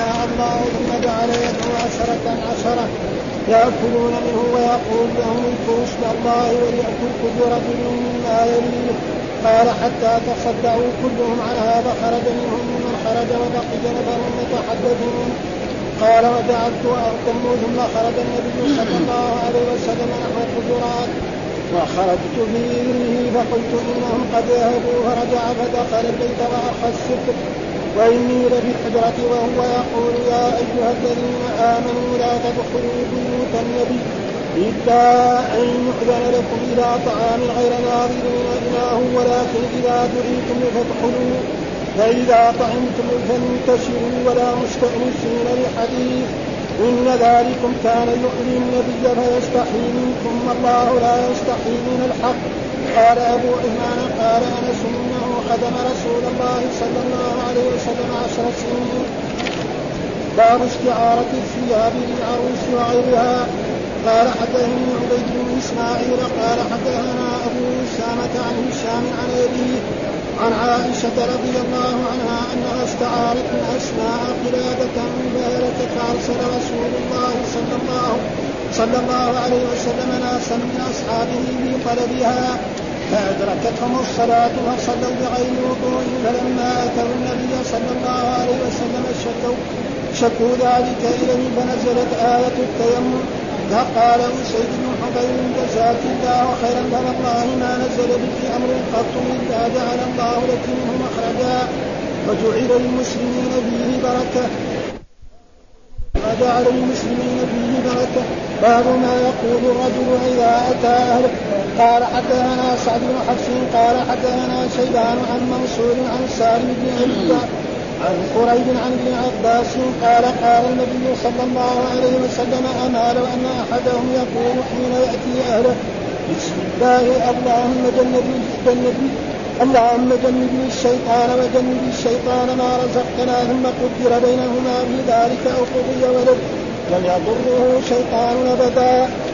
شاء الله ثم جعل يدعو 10 يأكلون منه ويقول لهم اذكروا اسم الله وليأكل كل رجل مما يليه. قال حتى تصدعوا كلهم عن هذا خرج منهم من خرج وبقي نفر يتحدثون. قال وجعلت أغتم ثم خرج النبي صلى الله عليه وسلم نحو الحجرات وخرجت في إذنه فقلت إنهم قد ذهبوا فرجع فدخل البيت وأخذ الستر وإني لفي الحجرة وهو يقول يا أيها الذين آمنوا لا تدخلوا بيوت النبي إلا أن يؤذن لكم إلى طعام غير ناظرين إناه ولكن إذا دعيتم فادخلوا فإذا طعمتم فانتشروا ولا مستأنسين لحديث إن ذلكم كان يؤذي النبي فيستحي منكم والله لا يستحي من الحق. قال أبو عثمان قال أنس إنه خدم رسول الله صلى الله عليه وسلم 10 سنين. باب استعارة الثياب للعروس وغيرها. قال حدثني عبيد بن إسماعيل قال حدثنا أبو أسامة عن هشام عن أبيه عن عائشة رضي الله عنها أنها استعارت من أسماء قلادة فهلكت فأرسل رسول الله صلى الله عليه وسلم ناسا من أصحابه في طلبها فأدركتهم الصلاة فصلوا بغير وضوء فلما أتوا النبي صلى الله عليه وسلم شكوا ذلك إليه فنزلت آية التيمم. فقال أسيد بن حضير جزاك الله خيرا فوالله ما نزل به أمر قط إلا جعل الله لك منه مخرجا وجعل للمسلمين فيه بركة. باب ما يقول الرجل إذا أتى أهله. قال حدثنا سعد بن حفص قال حدثنا شيبان عن منصور عن سالم بن عبد عن قريب عن ابن عباس قال قال النبي صلى الله عليه وسلم أما لو أن أحدهم يقول حين يأتي أهله بسم الله اللهم جنبني الشيطان وجنب الشيطان ما رزقتنا ثم قدر بينهما في ذلك أو قضي ولد لم يضره شيطان أبدا.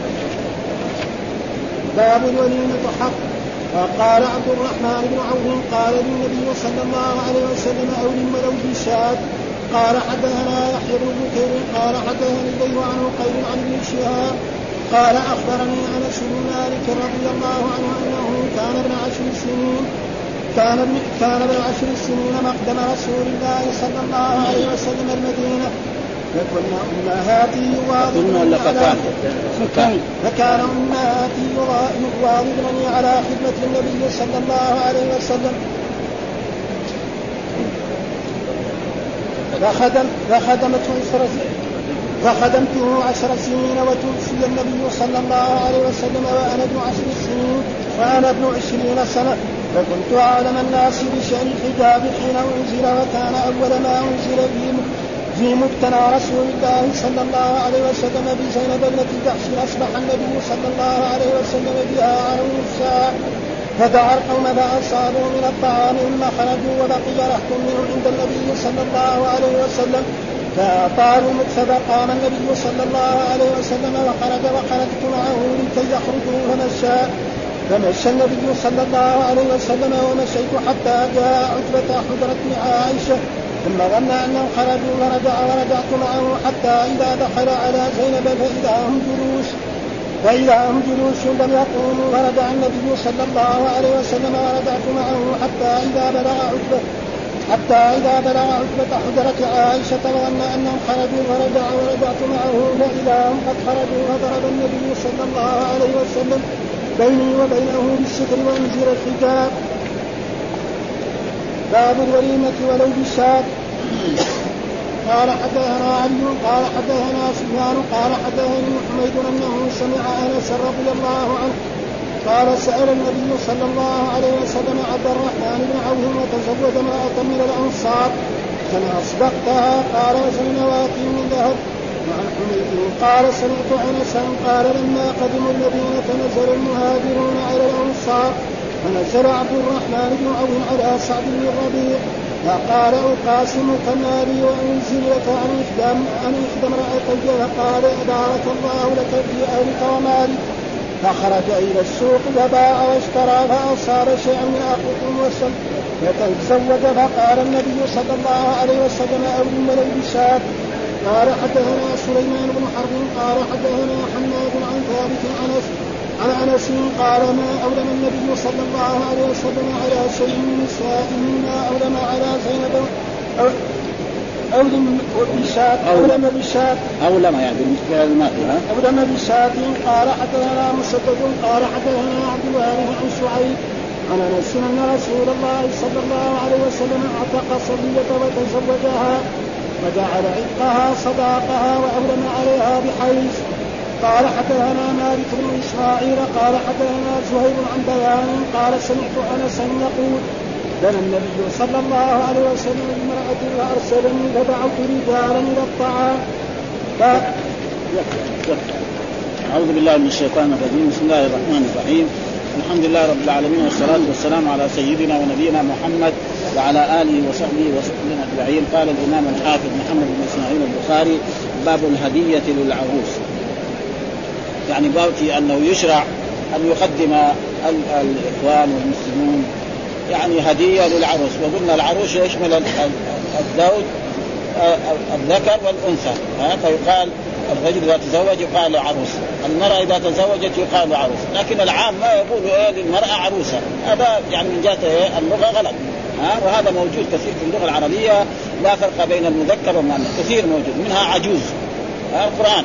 باب الوليمة حق. وقال عبد الرحمن بن عوف قال للنبي صلى الله عليه وسلم أولم ولو بشاة. قال حدثنا يحيى بن بكير قال حدثني الليث عن عقيل عن ابن شهاب قال أخبرني أنس بن مالك رضي الله عنه أنه كان ابن 10 سنين مقدم رسول الله صلى الله عليه وسلم المدينة فكان أمهاتي يواظبني على خدمة النبي صلى الله عليه وسلم فخدمته 10 سنين وتوفي النبي صلى الله عليه وسلم وأنا ابن 20 سنة فكنت أعلم الناس بشأن الحجاب حين أنزل وكان أول ما أنزل في مبتنى رسول الله صلى الله عليه وسلم بزينب التي جحش أصبح النبي صلى الله عليه وسلم بها عرض الساعة فدعا القوم فأصابوا من الطعام ثم خرجوا وبقي رهط منهم عند النبي صلى الله عليه وسلم فأطالوا المكسب قام النبي صلى الله عليه وسلم وخرجت معه لكي يخرجوا فمشى النبي صلى الله عليه وسلم ومشيت حتى جاء عتبة حجرة عائشة ثم ظن أنهم خرجوا ورجعت معه حتى إذا دخل على زينب فإذا هم جلوس لم يقوموا فرجع النبي صلى الله عليه وسلم ورجعت معه حتى إذا بلغ عتبة حجرة عائشة وظن أنهم خرجوا ورجعت معه فإذا هم قد خرجوا فضرب النبي صلى الله عليه وسلم بيني وبينه بالستر وأنزل الحجاب. باب الوليمة ولو بالشاة. قال حدثنا علي قال حدثنا سفيان قال حدثني حميد أنه سمع أنس رضي الله عنه قال سأل النبي صلى الله عليه وسلم عبد الرحمن بن عوف وتزوج امرأة من الأنصار كما أصدقتها قال وزنوات من ذهب. وعن حميد قال سمعت أنسا قال لما قدموا المدينة نزل المهاجرون على الأنصار فنزل عبد الرحمن بن عوف على سعد بن الربيع فقال أقاسمك مالي وأنزل لك عن إحدى امرأتي فقال بارك الله لك في أهلك ومالك فخرج إلى السوق فباع واشترى فأصاب شيئا من أخوكم فتزوج فقال النبي صلى الله عليه وسلم أولم ولو بشاة قال حدثنا سليمان بن حرب قال حدثنا حماد عن ثابت عن انس قال ما اولم النبي صلى الله عليه وسلم على شيء من نساء ما اولم على زينب أولم بالشاة أولم يعني بالنسبة للماء أولم بالشاة قال حدثنا مسدد قال حدثنا عبد الوارث عن شعيب عن أنس أن رسول الله صلى الله عليه وسلم اعتق صبية وتزوجها وجعل عتقها صداقها وأولم عليها بحيث. قال حدثنا مالك بن إسماعيل قال حدثنا زهير عن بيان قال سمعت أنسا يقول لنا النبي صلى الله عليه وسلم بامرأة فأرسلني فدعوت رجالا إلى الطعام. أعوذ بالله من الشيطان الرجيم. بسم الله الرحمن الرحيم. الحمد لله رب العالمين والصلاة والسلام على سيدنا ونبينا محمد وعلى آله وصحبه وسلم أجمعين. قال الإمام الحافظ محمد بن إسماعيل البخاري باب الهدية للعروس، يعني باب في أنه يشرع أن يقدم الإخوان والمسلمون يعني هدية للعروس. وقلنا العروس يشمل الزوج الذكر والأنثى، فيقال الرجل إذا تزوج يقال له عروس، المرأة إذا تزوجت يقال له عروس، لكن العام ما يقول للمرأة عروسة، هذا يعني من جهة اللغة غلط. وهذا موجود كثير في اللغة العربية، لا فرق بين المذكر والمؤنث، كثير موجود، منها عجوز القرآن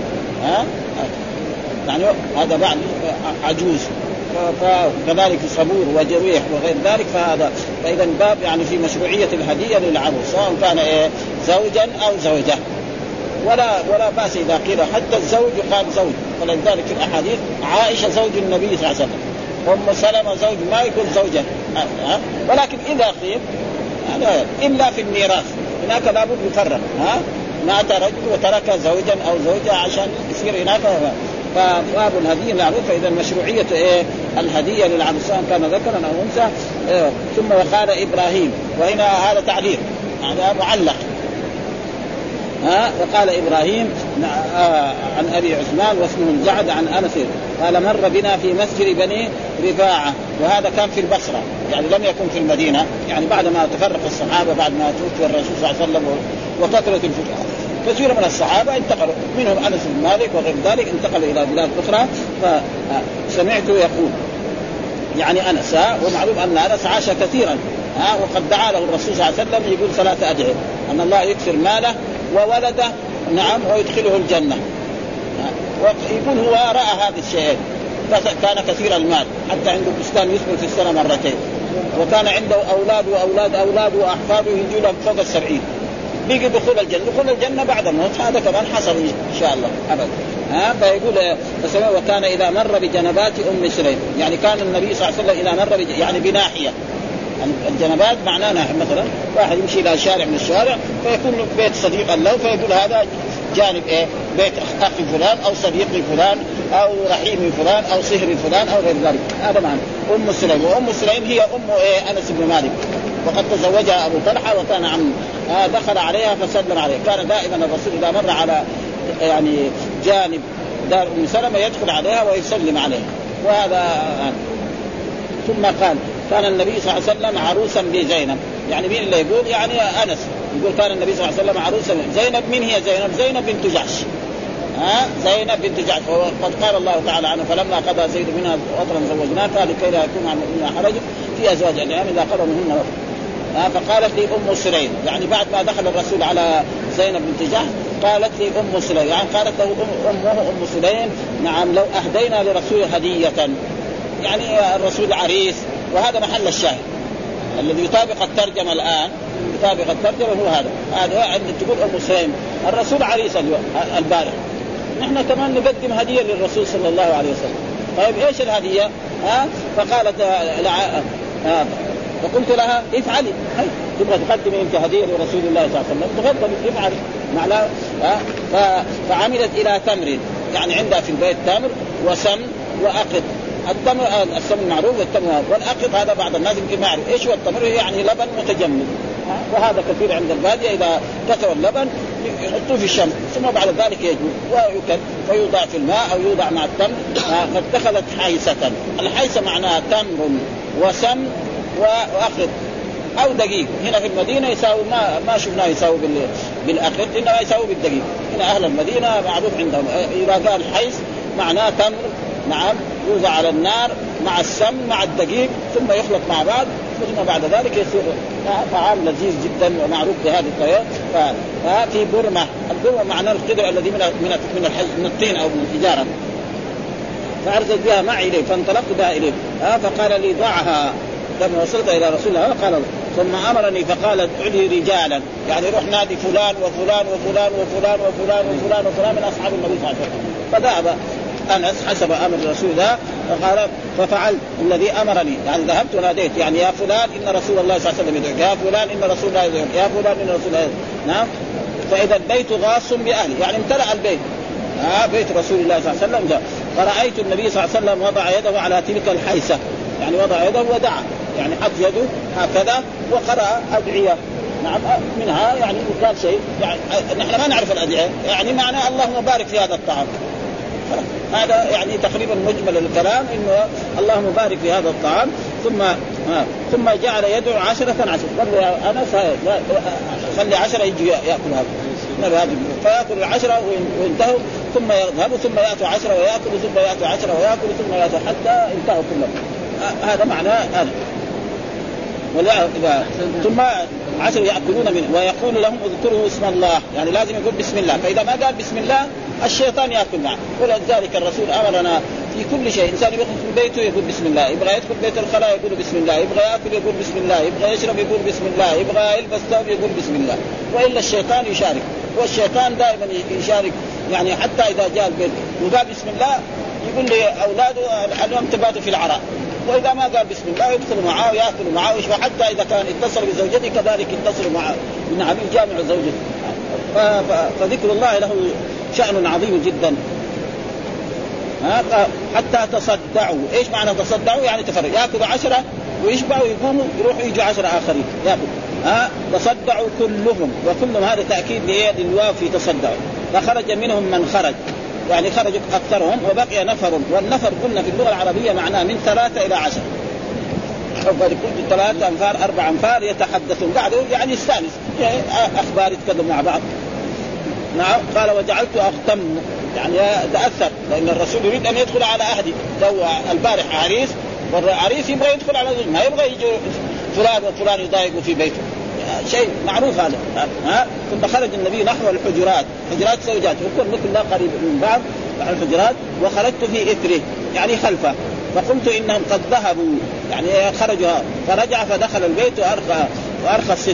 يعني هذا بعد عجوز، فكذلك صبور وجريح وغير ذلك. فإذا باب يعني في مشروعية الهدية للعروس سواء كان زوجا أو زوجة، ولا بأس إذا قيل حتى الزوج يقال زوج. فلذلك في الأحاديث عائشة زوج النبي صلى الله عليه وسلم، أم سلمة زوج، ما يكون زوجة. ولكن إذا قيل إلا في الميراث هناك لابد يفرق، مات رجل وترك زوجا أو زوجة عشان يصير هناك. فباب الهدية للعروس، فإذا مشروعية الهدية للعروس سواء كان ذكرا أو أنثى. ثم وقال إبراهيم، وهنا هذا تعليق هذا معلق. وقال إبراهيم عن أبي عثمان واسمه الجعد عن أنس قال مر بنا في مسجد بني رفاعة، وهذا كان في البصرة يعني لم يكن في المدينة، يعني بعد ما تفرق الصحابة بعد ما توفي الرسول صلى الله عليه وسلم وكثرت الفتوح كثير من الصحابة انتقلوا، منهم أنس بن مالك وغير ذلك انتقلوا إلى بلاد أخرى. فسمعت يقول يعني أنس، ومعلوم أن أنس عاش كثيرا، وقد دعا له الرسول صلى الله عليه وسلم يقول 3 أدعية أن الله يكثر ماله وولده نعم ويدخله الجنة. ويقول هو رأى هذا الشيء، كان كثير المال حتى عنده بستان يثمر في السنة 2 مرات، وكان عنده أولاد وأولاد أولاد وأحفاده يجوا لهم فوق 70، بيجي دخول الجنة بعد الموت. هذا كمان حصل إن شاء الله أبدا. فيقول وكان إذا مر بجنبات أم سليم، يعني كان النبي صلى الله عليه وسلم إذا مر يعني بناحية، الجنبات معناه ناحية، مثلا واحد يمشي إلى شارع من الشوارع فيكون بيت صديقا له فيقول هذا جانب بيت أخي فلان أو صديقي فلان أو رحيمي فلان أو صهري فلان أو غير ذلك. هذا معنى أم سليم. وأم سليم هي أم أنس بن مالك، وقد تزوجها أبو طلحة وكان عم دخل عليها فسلم عليها. كان دائما الرسول إذا مر على يعني جانب دار أم سلمة يدخل عليها ويسلم عليها. وهذا ثم قال كان النبي صلى الله عليه وسلم عروسا بزينب، يعني مين اللي يقول؟ يعني أنس يقول كان النبي صلى الله عليه وسلم عروسا. زينب من هي زينب؟ زينب بنت جحش، زينب بنت جحش. وقد قال الله تعالى عنه فلما قضى زيد منها وطرا زوجناها قال لكي لا يكون عن المؤمنين حرج في أزواج الأيام إذا قضوا منهن وطرا. فقالت لي أم سليم، يعني بعد ما دخل الرسول على زينب بنت جحش قالت لي أم سليم، يعني قالت له أمه أم سليم نعم لو أهدينا لرسول هدية، يعني الرسول عريس. وهذا محل الشاهد الذي يطابق الترجمة الآن، يطابق الترجمة هو هذا عند تقول أم سليم الرسول عريس البارح، نحن كمان نقدم هدية للرسول صلى الله عليه وسلم. طيب إيش الهدية؟ فقالت فقلت لها افعلي، تبغى تقدمي انت هديه لرسول الله صلى الله عليه وسلم تفضلي افعلي معنا. فعملت الى تمر، يعني عندها في البيت تمر وسمن وأقط. التمر السمن معروف والتمر والأقط هذا بعض الناس يمكن ما يعرف ايش هو التمر، يعني لبن متجمد، وهذا كثير عند البادية إذا كثر اللبن يحطوه في الشمس ثم بعد ذلك يجمد ويكد فيوضع في الماء أو يوضع مع التمر. فاتخذت حيسة، الحيسة معناها تمر وسمن وأخذ، أو دقيق. هنا في المدينة يساوي ما شفناه يساوي بالأقل، إنما يساوي بالدقيق. هنا أهل المدينة معروف عندهم إذا قال حيث معناه تمر، نعم، يوضع على النار مع السمن مع الدقيق ثم يخلط مع بعض، ثم بعد ذلك يصير طعام لذيذ جدا ومعروف بهذه الطريقة. ففي برمة، البرمة معناه القدر الذي من الطين أو من الحجارة. فأرسل بها معي إليه فانطلقت بها إليه. فقال لي ضعها. لما وصلت إلى رسول الله قال ثم أمرني فقال ادعي رجالا، يعني روح نادي فلان وفلان وفلان وفلان وفلان وفلان وفلان من أصحاب النبي صلى الله عليه وسلم. فذهب أنس حسب أمر الرسول ده فقال ففعلت الذي أمرني، يعني ذهبت وناديت يعني يا فلان إن رسول الله صلى الله عليه وسلم يدعوك، يا فلان إن رسول الله يدعوك، يا فلان إن رسول الله. نعم. فإذا البيت غاص بأهله، يعني امتلأ البيت بيت رسول الله صلى الله عليه وسلم. فرأيت النبي صلى الله عليه وسلم وضع يده على تلك الحيسة، يعني وضع يده ودعا، يعني حط يده هكذا وقرأ أدعية. نعم منها يعني وقال شيء، يعني نحن ما نعرف الأدعية، يعني معناه اللهم بارك في هذا الطعام. هذا يعني تقريبا مجمل الكلام إنه اللهم بارك في هذا الطعام. ثم جعل يدعو 10 قال يا أنس خلي 10 يجي يأكل هذا فيأكل 10 وينتهوا، ثم يذهبوا ثم يأتوا 10 ويأكلوا، ثم يأتوا 10 ويأكلوا، ثم يأتوا حتى انتهوا كلهم. هذا معناه هذا. ثم 10 يأكلون منه ويقول لهم اذكروا اسم الله، يعني لازم يقول بسم الله. فإذا ما قال بسم الله الشيطان يأكل معه. ولذلك الرسول أمرنا في كل شيء، إنسان يدخل في بيته يقول بسم الله، يبغى يدخل بيت الخلاء يقول بسم الله، يبغى يأكل يقول بسم الله، يبغى يشرب يقول بسم الله، يبغى يلبس ثوب يقول بسم الله. وإلا الشيطان يشارك، والشيطان دائما يشارك، يعني حتى إذا جاء البيت وقال بسم الله يقول لأولاده اليوم تباتوا في العراء، وإذا ما قال بسم الله يدخلوا معاه ويأكلوا معاه، وحتى إذا كان اتصل بزوجته كذلك يتصلوا معه من عبيد جامع زوجته. فذكر الله له شأن عظيم جدا. حتى تصدعوا. إيش معنى تصدعوا؟ يعني تفرق، يأكلوا 10 ويشبعوا يقوموا يروحوا يجوا 10 آخرين يأكلوا. تصدعوا كلهم، وكلهم هذا تأكيد للواو في تصدعوا. فخرج منهم من خرج، يعني خرج أكثرهم وبقي نفر. والنفر قلنا في اللغة العربية معناه من 3 إلى 10. كل 3 أنفار 4 أنفار يتحدثون بعده، يعني الثالث أخبار يتكلموا مع بعض. نعم. قال وجعلت أغتم، يعني تأثر، لأن الرسول يريد أن يدخل على أهله. لو البارح عريس والعريس يبغى يدخل على زوجه، ما يبغى يجي فلان وفلان يضايقوا في بيته، شيء معروف هذا. ثم خرج النبي نحو الحجرات، حجرات زوجات وكل قريب من بعض الحجرات، وخرجت في إثره يعني خلفه. فقلت إنهم قد ذهبوا، يعني خرجوا. فرجع فدخل البيت وأرخى الصدق.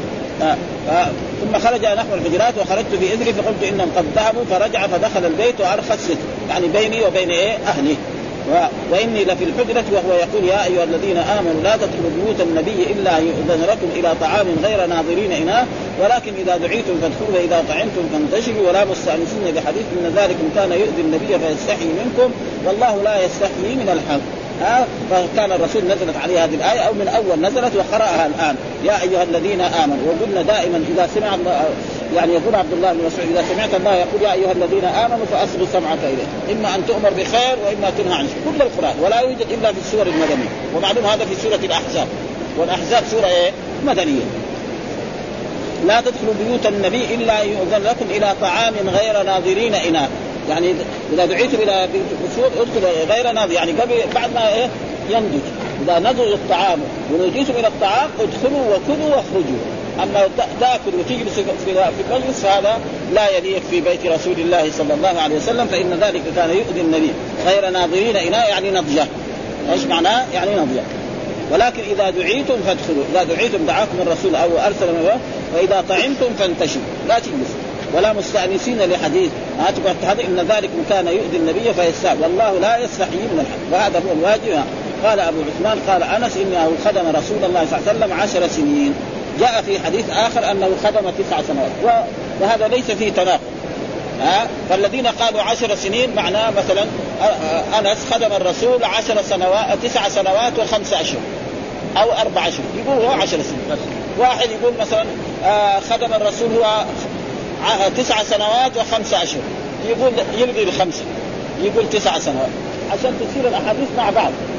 ثم خرج نحو الحجرات وخرجت في إثره فقلت إنهم قد ذهبوا. فرجع فدخل البيت وأرخى الصدق، يعني بيني وبين أهلي. وإني لفي الحجرة وهو يقول يا أيها الذين آمنوا لا تدخلوا بيوت النبي إلا يؤذن لكم إلى طعام غير ناظرين إناه ولكن إذا دعيتم فادخلوا وإذا طعمتم فانتشروا ولا مستأنسين بحديث إن ذلكم كان يؤذي النبي فيستحيي منكم والله لا يستحيي من الحق. فكان الرسول نزلت عليه هذه الآية أو من أول نزلت وقرأها الآن يا أيها الذين آمنوا. وقلنا دائما إذا سمع يعني يقول عبد الله بن مسعود إذا سمعت الله يقول يا أيها الذين آمنوا فأصغوا سمعك إليه، إما أن تؤمر بخير وإما تنهى عن شر. كل القرآن ولا يوجد إلا في السور المدنية، ومعلوم هذا في سورة الأحزاب، والأحزاب سورة مدنية. لا تدخلوا بيوت النبي إلا يؤذن لكم إلى طعام غير ناظرين إناه، يعني إذا دعيتم إلى بيوت ادخلوا غير ناظر، يعني قبل بعد ما ينضج. إذا نضج الطعام ونجيتم إلى الطعام ادخلوا وكلوا واخرجوا. أما تأكل وتجلس في المجلس فهذا لا يليق في بيت رسول الله صلى الله عليه وسلم، فإن ذلك كان يؤذي النبي. غير ناظرين إناء يعني نضجة. إيش معناه؟ يعني نضجة. ولكن إذا دعيتم فادخلوا، إذا دعيتم دعاكم الرسول أو أرسل وإذا طعمتم فانتشروا لا تجلسوا ولا مستأنسين لحديث هذا إن ذلك كان يؤذي النبي فيستحيي والله لا يستحيي من الحق، وهذا هو الواجب. قال أبو عثمان قال أنس إنه خدم رسول الله صلى الله عليه وسلم 10 سنين. جاء في حديث آخر أنه خدم 9 سنوات، وهذا ليس فيه تناقض. فالذين قالوا 10 سنين معناه مثلا أنس خدم الرسول 10 سنوات 9 سنوات و5 أشهر أو 4 أشهر، يقول هو 10 سنين. واحد يقول مثلا خدم الرسول هو 9 سنوات و5 أشهر، يقول يلغي ال5 يقول 9 سنوات عشان تصير الأحاديث مع بعض.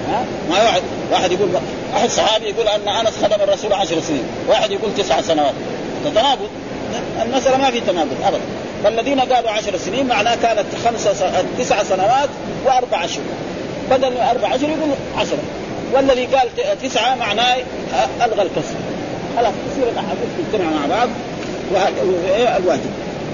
ما واحد يقول، واحد صحابي يقول أن أنس خدم الرسول 10 سنين، واحد يقول 9 سنوات، تتناقض. المسألة ما في تناقض أبدا. فالذين قالوا 10 سنين معناه كانت 9 سنوات و4 أشهر، بدل 4 أشهر يقول 10. والذي قال 9 معناه ألغى الكسر، خلاص تصير الأحاديث تجتمع مع بعض، وهذا الواجب.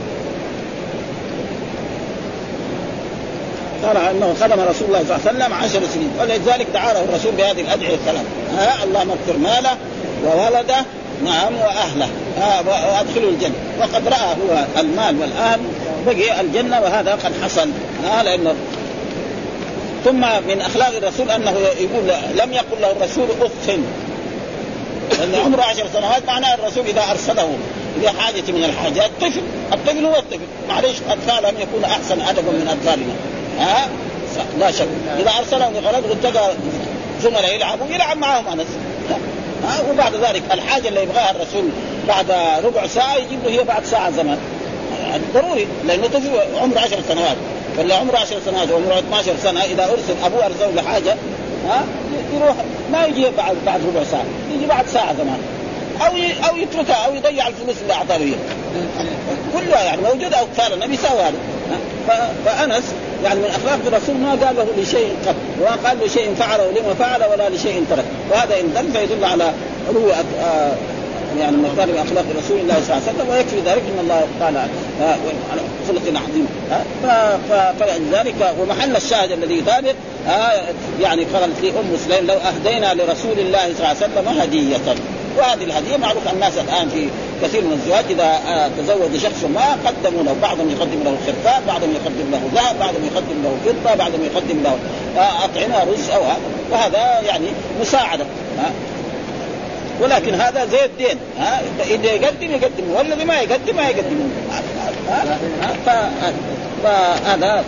قال انه خدم رسول الله صلى الله عليه وسلم 10 سنين، ولذلك دعا له الرسول بهذه الادعيه الثلاث: اللهم اغفر ماله وولده نعم واهله وادخله الجنه. وقد راى هو المال والاهل بقي الجنه، وهذا قد حصل. لانه ثم من اخلاق الرسول انه يقول لم يقل له الرسول اف، لأن عمره 10 سنوات معناه الرسول اذا ارسله لحاجه من الحاجات طفل، الطفل هو الطفل، معليش اطفالهم يكون احسن ادبا من اطفالنا، لا شك. إذا أرسلهم لغرض واتقى زملاء يلعب معهم أنس، وبعد ذلك الحاجة اللي يبغاها الرسول بعد ربع ساعة يجيب له هي بعد ساعة زمان، ضروري، لأنه طفل عمره 10 سنوات، ولا عمره 10 سنوات وعمره 12 سنة إذا أرسل أبوه أرسل لحاجة يروح ما يجي بعد ربع ساعة، يجي بعد ساعة زمان، أو يتركها أو يضيع الفلوس اللي أعطاه هي كلها، يعني موجودة أطفال النبي سوى هذا. فأنس يعني من أخلاق الرسول ما قال له لشيء قط، وما قال له شيء فعله لما فعل ولا لشيء ترك، وهذا إن دل فيدل على علو يعني مقدار أخلاق رسول الله صلى الله عليه وسلم، ويكفي ذلك إن الله قال على خلق عظيم. فلذلك ومحل الشاهد الذي يطابق يعني قالت لي أم سليم: لو أهدينا لرسول الله صلى الله عليه وسلم هدية. وهذه الهدية معروف الناس الآن في كثير من الزواج إذا تزوج شخص ما قدموا له، بعضهم يقدم له خرفان، بعضهم يقدم له ذهب، بعضهم يقدم له فضة، بعضهم يقدم له أطعمة رز أو وهذا يعني مساعدة. ولكن هذا زي الدين، إذا يقدم والذي ما يقدم ما يقدم. فهذا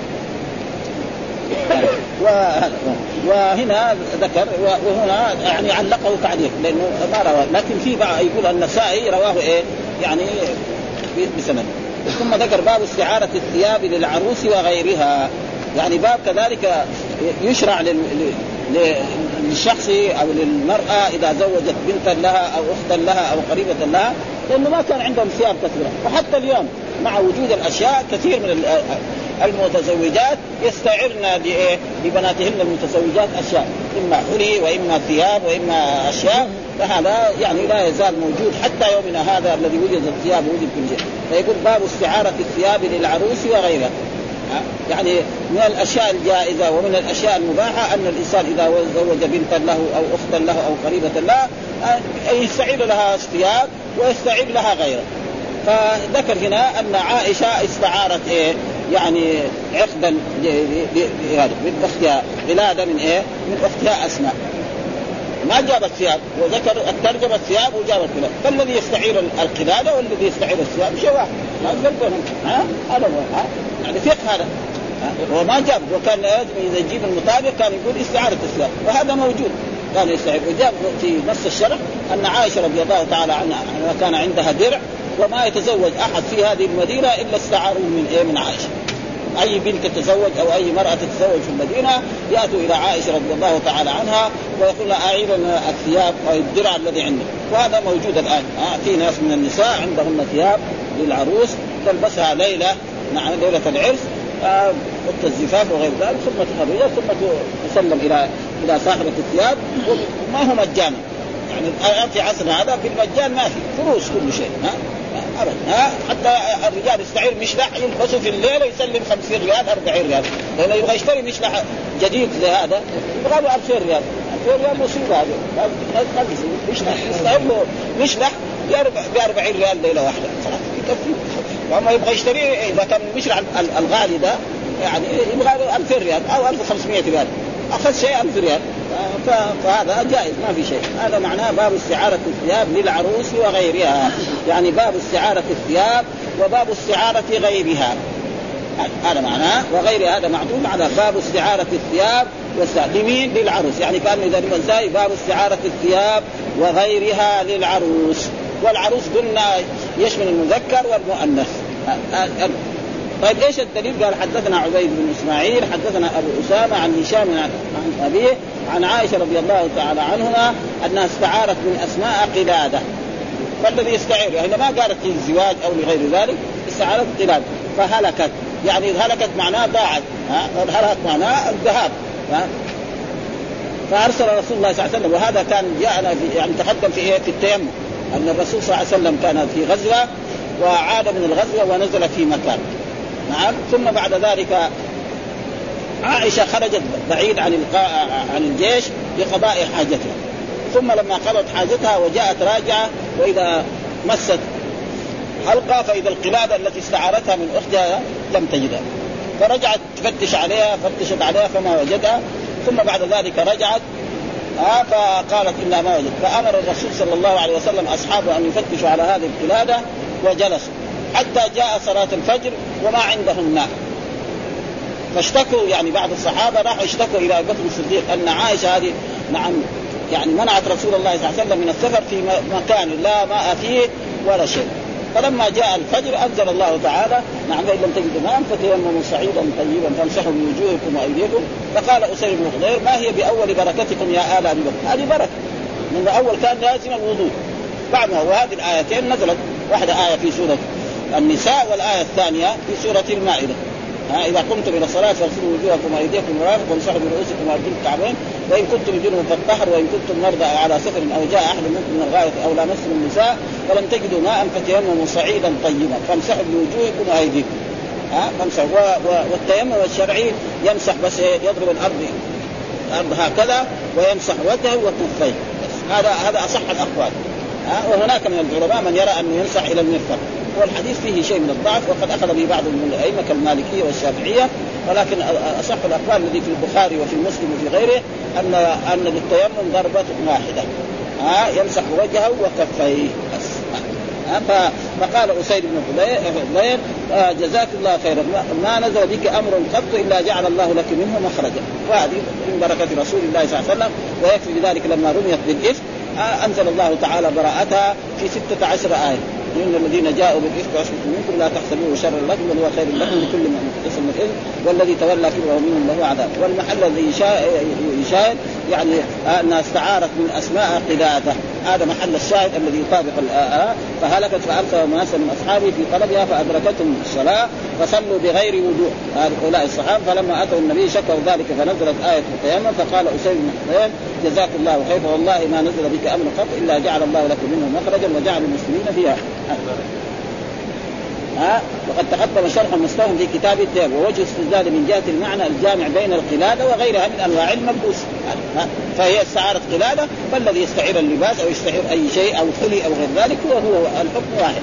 وهنا ذكر، وهنا يعني علقه تعليق لأنه ما رواه، لكن في بعض يقول النسائي رواه يعني بسند. ثم ذكر باب استعارة الثياب للعروس وغيرها، يعني باب كذلك يشرع للشخص أو للمرأة إذا زوجت بنتا لها أو أختا لها أو قريبة لها، لأنه ما كان عندهم ثياب كثيرة، وحتى اليوم مع وجود الأشياء كثير من المتزوجات يستعرن لبناتهن المتزوجات أشياء، إما حلي وإما ثياب وإما أشياء، فهذا يعني لا يزال موجود حتى يومنا هذا الذي وجد الثياب ووجد كل شيء. فيقول باب استعارة الثياب للعروس وغيرها، يعني من الأشياء الجائزة ومن الأشياء المباحة أن الإنسان إذا زوج بنتا له أو أختا له أو قريبة له يستعير لها ثياب ويستعير لها غيره. فذكر هنا أن عائشة استعارت يعني عقدا من أختها غلادة من أختها أسماء، ما جابت ثياب، وذكر الترجمة الثياب وجابت غلادة، فالذي يستعير القلادة والذي يستعير الثياب شيء واحد، هذا يعني فقه هذا. وما جاب، وكان إذا يجيب المطابق كان يقول استعارة الثياب، وهذا موجود كان يستعير. وجاب في نص الشرح أن عائشة رضي الله تعالى عنها كان عندها درع، وما يتزوج أحد في هذه المدينة إلا استعاروا من عائشة. أي بنت تتزوج أو أي مرأة تتزوج في المدينة يأتوا إلى عائشة رضي الله تعالى عنها ويقول لها أعيرنا الثياب أو الدرع الذي عندك، وهذا موجود الآن. في ناس من النساء عندهن ثياب للعروس تلبسها ليلة مع ليلة العرس وقت الزفاف وغير ذلك، ثم تخرجها ثم تسلم إلى صاحبة الثياب، وما هو مجانا. يعني الآن في عصرنا هذا في المجان ما في فلوس كل شيء أبدا. حتى الرجال يستعير مشلح يلبسه في الليل يسلم 50 ريال 40 ريال، لأنه يبغى يشتري مشلح جديد لهذا يبغى له 2000 ريال 2000 ريال مصيبة. هذا مشلح يستعير له مشلح ب 40 ريال ليلة واحدة خلاص يكفي. وما يبغى يشتري إذا كان المشلح الغالي ده يعني يبغى له 2000 ريال أو 1500 ريال، أخذ شيء 1000 ريال، فهذا جائز ما في شيء. هذا معناه باب استعارة الثياب للعروس وغيرها، يعني باب استعارة الثياب وباب استعارة غيرها، هذا معناه. وغير هذا معطوف على باب استعارة الثياب لمين؟ للعروس. يعني كان إذا ازاي باب استعارة الثياب وغيرها للعروس. والعروس قلنا يشمل المذكر والمؤنث، طيب ايش الدليل؟ قال حدثنا عبيد بن اسماعيل حدثنا ابو اسامه عن هشام عن ابيه عن عائشه رضي الله تعالى عنها انها استعارت من اسماء قلاده. فالذي يستعير يعني ما قالت للزواج او لغير ذلك، استعارت قلاده فهلكت، يعني هلكت معناه ضاعت، الهلاك معناه الذهاب. فارسل رسول الله صلى الله عليه وسلم، وهذا كان جاءنا في يعني تقدم في ايه؟ في التيمم، ان الرسول صلى الله عليه وسلم كان في غزوه وعاد من الغزوه ونزل في مكان. نعم. ثم بعد ذلك عائشه خرجت بعيد عن الجيش لقضاء حاجتها، ثم لما قضت حاجتها وجاءت راجعه واذا مست حلقه فاذا القلاده التي استعارتها من اختها لم تجدها، فرجعت تفتش عليها، فتشت عليها فما وجدها. ثم بعد ذلك رجعت فقالت إنها ما وجدت، فأمر الرسول صلى الله عليه وسلم أصحابه أن يفتشوا على هذه القلادة وجلسوا حتى جاء صلاة الفجر وما عندهم ماء. فاشتكوا يعني بعض الصحابة راحوا اشتكوا إلى أبي بكر الصديق أن عائشة هذه نعم يعني منعت رسول الله صلى الله عليه وسلم من السفر في مكان لا ماء فيه ولا شيء. فلما جاء الفجر أنزل الله تعالى نعم إن لم تجدوا ماء فتيمموا صعيدا طيبا فامسحوا بوجوهكم وأيديكم. فقال أسيد بن حضير ما هي بأول بركتكم يا آل أبي بكر؟ هذه بركة من أول كان لازم الوضوء بعدها. وهذه الآيتين نزلت، واحدة آية في سورة النساء والآية الثانية في سورة المائدة. إذا قمتم إلى الصلاة فاغسلوا وجوهكم وأيديكم ومرافق وامسحوا برؤوسكم وأرجلكم الكعبين وإن كنتم جنبا فاطهروا وإن كنتم مرضى على سفر أو جاء أحد منكم من الغائط أو لامستم النساء فلم تجدوا ماء فتيمموا صعيدا طيبا فامسحوا بوجوهكم وأيديكم. والتيمم الشرعي يمسح بس يضرب الأرض هكذا ويمسح وجهه وكفيه، هذا أصح الأقوال. وهناك من العلماء من يرى أنه يمسح إلى المرفق، والحديث فيه شيء من الضعف وقد أخذ به بعض من الأئمة كالمالكية والشافعية، ولكن أصح الأقوال الذي في البخاري وفي مسلم وفي غيره أن للتيمم ضربة واحدة يمسح وجهه وكفيه بس. فقال أسيد بن حضير جزاك الله خيرا ما نزل بك أمر قط إلا جعل الله لك منه مخرجا. وهذه من بركة رسول الله صلى الله عليه وسلم. ويكفي بذلك لما رميت بالإفك أنزل الله تعالى براءتها في 16 آية إن الذين جاءوا بالإفك عصبة منكم لا تحسبوه شرا لكم بل هو خير لكم لكل من اقتص من الإثم والذي تولى كبره منهم له عذاب. والمحل الذي يشاهد يعني أنها استعارت من أسماء قلادة، هذا محل الشاهد الذي يطابق فهلكت فأرسل ناسا من أصحابه في طلبها فأدركتهم الصلاة فصلوا بغير وضوء هؤلاء الصحابة. فلما أتوا النبي شكروا ذلك فنزلت آية التيمم. فقال أسيد بن حضير جزاك الله خير والله ما نزل بك أمر قط إلا جعل الله لك منه مخرجا وجعل المسلمين فيها. وقد تقدم شرح مستوهم في كتاب التيمم. ووجه استدلال من جهة المعنى الجامع بين القلادة وغيرها من أنواع الملبوس، فهي استعارة قلادة فالذي يستعير اللباس أو يستعير أي شيء أو حلي أو غير ذلك هو الحكم واحد.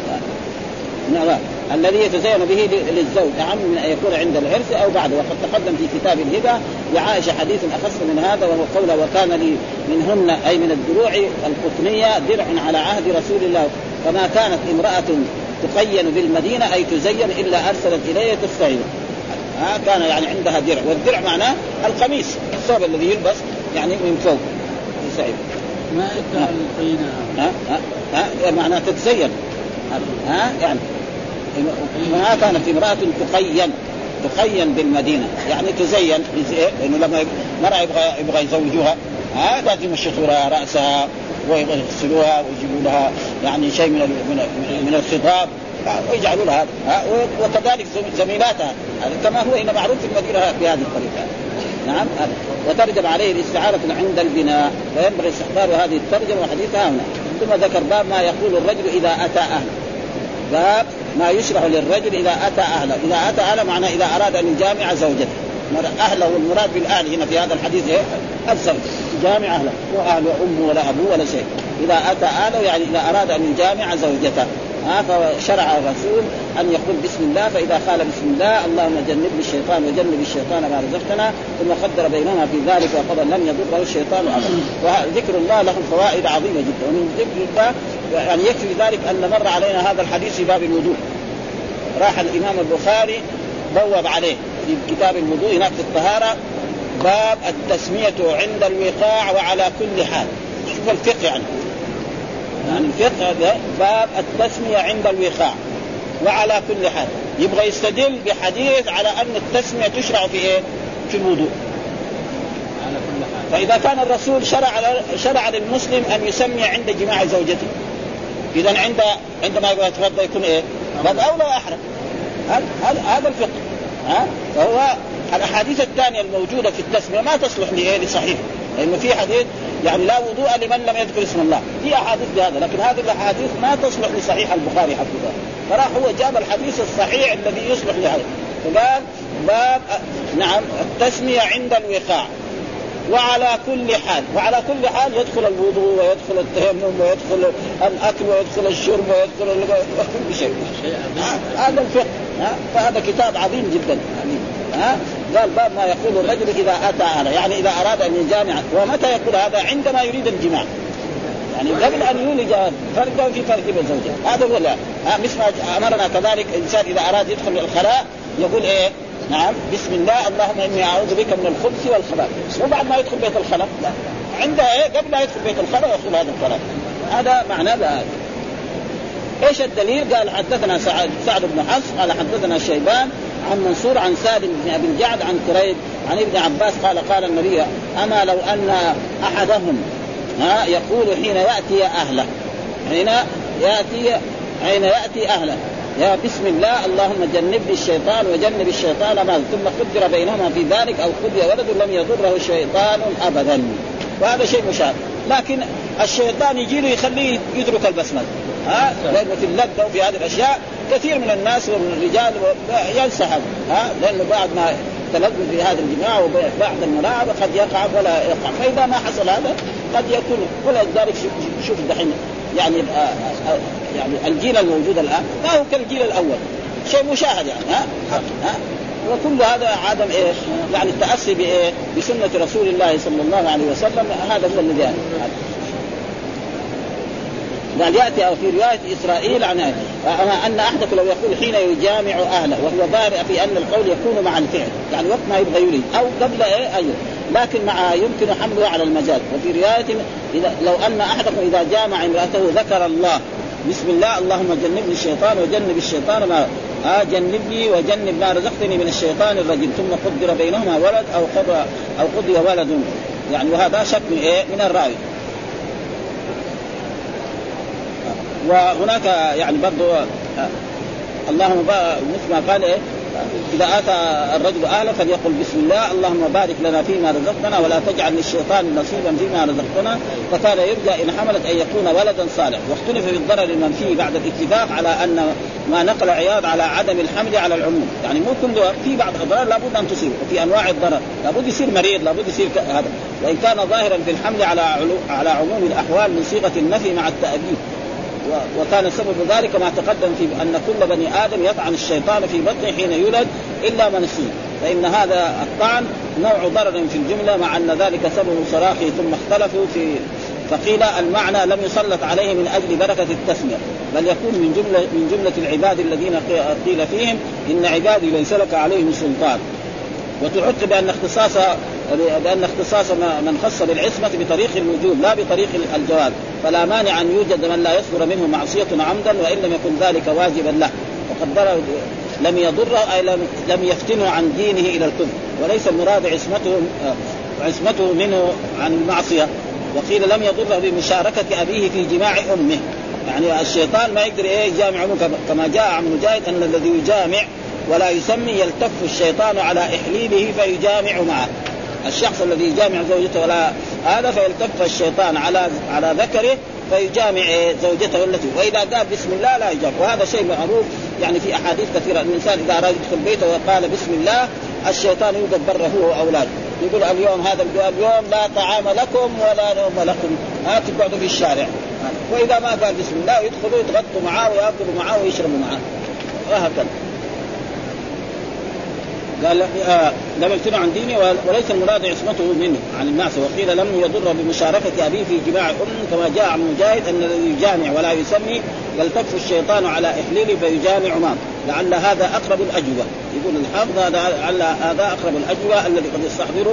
الذي يتزين به للزوج أهم من أن يكون عند العرس أو بعده. وقد تقدم في كتاب الهبة لعائشة حديث أخص من هذا وهو قوله وكان لي منهن أي من الدروع القطنية درع على عهد رسول الله فما كانت امرأة تقين بالمدينة أي تزين إلا أرسلت إليه تستعين. كان يعني عندها درع، والدرع معناه القميص الثوب الذي يلبس يعني من فوق تستعين. ما إدعى القينة معناه تتزين يعني ما كانت امرأة تقين بالمدينة يعني تزين لأنه لما مرأة يبغى يزوجوها لازم يشطرها رأسها ويغسلوها ويجيبوا لها يعني شيء من الخضاب ويجعلوا لها وكذلك زميلاتها كما هو هنا معروف في المدينة بهذه الطريقة. نعم. وترجم عليه الاستعارة عند البناء فينبغي استحضار هذه الترجمة وحديثها هنا. ثم ذكر باب ما يقول الرجل إذا أتى أهله، باب ما يشرع للرجل إذا أتى أهله. إذا أتى أهله معناه إذا أراد أن يجامع زوجته. أهله والمراد بالأهل هنا في هذا الحديث الزوج جامع أهله وأهل أمه ولا أبوه ولا شيء. إذا أتى أهله يعني إذا أراد أن يجامع زوجته فشرع الرسول أن يقول بسم الله. فإذا قال بسم الله اللهم جنبني الشيطان وجنب الشيطان ما رزقتنا ثم قدر بينهما في ذلك وقضى لم يضره الشيطان أبدا. وذكر الله له فوائد عظيمة جدا. ومن ذكر الله يعني يكفي ذلك أن مر علينا هذا الحديث في باب الوضوء، راح الإمام البخاري بوب عليه في كتاب الوضوء هناك في الطهارة باب التسمية عند الوقاع وعلى كل حال. شوف الفقه يعني الفقه باب التسمية عند الوقاع وعلى كل حال. يبغى يستدل بحديث على أن التسمية تشرع في إيه؟ في الوضوء على كل حال. فإذا كان الرسول شرع للمسلم أن يسمي عند جماع زوجته، إذن عندما يتوضأ يكون إيه؟ بل أولى وأحرى. هذا الفقه. فهو الأحاديث الثانية الموجودة في التسمية ما تصلح لصحيح، لأنه في حديث يعني لا وضوء لمن لم يذكر اسم الله، في أحاديث بهذا، لكن هذه الأحاديث ما تصلح لصحيح البخاري حقيقة. فراح هو جاب الحديث الصحيح الذي يصلح لهذا، فقال باب نعم التسمية عند الوقاع وعلى كل حال. وعلى كل حال يدخل الوضوء ويدخل التيمم ويدخل الأكل ويدخل الشرب ويدخل كل شيء. هذا الفقه. فهذا كتاب عظيم جدا. قال باب ما يقول الرجل إذا أتى أهله، يعني إذا أراد أن يجامع. ومتى يقول هذا؟ عندما يريد الجماع، يعني قبل أن يولج فرقا في فرق بالزوجة. هذا هو. لا مثل ما أمرنا كذلك الإنسان إذا أراد يدخل الخلاء يقول إيه؟ نعم بسم الله اللهم إني أعوذ بك من الخبث والخبائث. وبعد ما يدخل بيت الخلاء لا، عنده إيه؟ قبل ما يدخل بيت الخلاء يقول هذا الكلام. هذا معناه ذلك. إيش الدليل؟ قال حدثنا سعد بن حفص قال حدثنا شيبان عن منصور عن سالم بن أبي الجعد عن كريب عن ابن عباس قال النبي أما لو أن أحدهم يقول حين يأتي أهله، حين يأتي أهله يا بسم الله اللهم جنبني الشيطان وجنب الشيطان ما، ثم قدر بينهما في ذلك أو قضي ولد لم يضره الشيطان أبدا. وهذا شيء مشابه، لكن الشيطان يجي له يخليه يترك البسمله. لأنه في اللذة وفي هذه الأشياء كثير من الناس والرجال ينسى هذا، لأنه بعد ما تلذذ في هذا الجماع وبعد الملاعبة قد يقع ولا يقع. فإذا ما حصل هذا قد يكون. ولذلك شوف دحين يعني الجيل الموجود الآن ما هو كالجيل الأول، شيء مشاهد يعني. وكل هذا عدم إيه؟ يعني التأسي بإيه؟ بسنة رسول الله صلى الله عليه وسلم. هذا هو الذي قال يأتي أو في رواية إسرائيل عن أن أحدكم لو يقول حين يجامع أهله، وهو بارئ في أن القول يكون مع الفعل، يعني وقت ما يبغى يريد أو قبل أيوه، لكن مع يمكن حمله على المجاز. وفي رواية لو أن أحدكم إذا جامع امرأته ذكر الله بسم الله اللهم جنبني الشيطان وجنب الشيطان ما جنبني وجنب ما رزقتني من الشيطان الرجيم، ثم قدر بينهما ولد أو قضي ولد، يعني وهذا شك من الراوي. وهناك يعني برضو اللهم مثل ما قال إذا أتى الرجل أهله فليقل بسم الله اللهم بارك لنا فيما رزقتنا ولا تجعل للشيطان نصيبا فيما رزقتنا، فكان يرجى إن حملت أن يكون ولدا صالح. واختلف في الضرر المنفي بعد الاتفاق على أن ما نقل عياض على عدم الحمل على العموم، يعني مو كل في بعض الأضرار لابد أن تصير، وفي أنواع الضرر لابد يصير مريض لابد يصير هذا، وإن كان ظاهرا في الحمل على عموم الأحوال من صيغة النفي مع التأبيد. وكان سبب ذلك ما تقدم في أن كل بني آدم يطعن الشيطان في بطنه حين يولد إلا من السين، فإن هذا الطعن نوع ضرر في الجملة، مع أن ذلك سبب صراخه. ثم اختلفوا فقيل المعنى لم يسلط عليه من أجل بركة التسمية، بل يكون من جملة العباد الذين قيل فيهم إن عبادي ليس لك عليهم سلطان. وتعد بأن اختصاص من خص بالعصمة بطريق الوجوب لا بطريق الجواز، فلا مانع أن يوجد من لا يصدر منه معصية عمدا وإن لم يكن ذلك واجبا له. وقد لم يضره أي لم يفتنه عن دينه إلى الكفر، وليس المراد عصمته منه عن المعصية. وقيل لم يضره بمشاركة أبيه في جماع أمه، يعني الشيطان ما يقدر يجامع أمه، كما جاء عن مجاهد أن الذي يجامع ولا يسمي يلتف الشيطان على إحليله فيجامع معه. الشخص الذي يجامع زوجته ولا هذا فيلتف الشيطان على ذكره فيجامع زوجته التي، وإذا قال بسم الله لا يجامع. وهذا شيء معروف يعني في أحاديث كثيرة. الإنسان إذا أراد يدخل بيته وقال بسم الله الشيطان يوجد بره هو وأولاده، يقول اليوم اليوم لا طعام لكم ولا نوم لكم، تقعدوا في الشارع. وإذا ما قال بسم الله يدخلوا يتغطوا معاه ويأكلوا معاه ويشربوا معاه، وهكذا. قال لم يفتنوا عن دينه وليس المراد عصمته منه عن المعصية. وقيل لم يضر بمشاركة أبيه في جماع كما جاء عن مجاهد أن الذي يجامع ولا يسمي يلتف الشيطان على إحليله فيجامع معه، لعل هذا أقرب الأجوبة. يقول الحافظ لعل هذا أقرب الأجوبة الذي قد يستحضره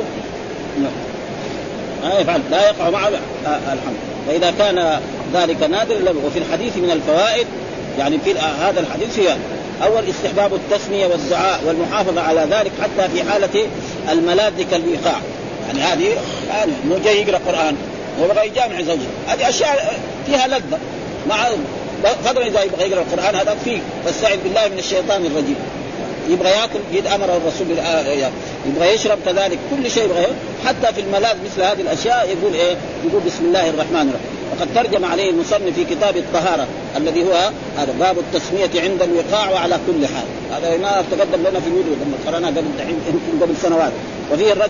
يفعل لا يقع مع الحمد. فإذا كان ذلك نادر. وفي الحديث من الفوائد يعني في هذا الحديث هي أول استحباب التسمية والدعاء والمحافظة على ذلك حتى في حالة الملاذ كالإيقاع. يعني هذه مو جاي يقرأ قرآن ويبغى يجامع زوجه، هذه أشياء فيها لذة مع فضلا. إذا يبغى يقرأ القرآن هذا فيه، فاستعذ بالله من الشيطان الرجيم. يبغى يأكل قد أمر الرسول يبغى يشرب كذلك، كل شيء يبغى، حتى في الملاذ مثل هذه الأشياء يقول إيه؟ يقول بسم الله الرحمن الرحيم. وقد ترجم عليه المصنف في كتاب الطهارة الذي هو هذا باب التسمية عند الوقاع وعلى كل حال. هذا ما تقدم لنا في الوضوء لما قرأنا قبل سنوات. وفيه الرد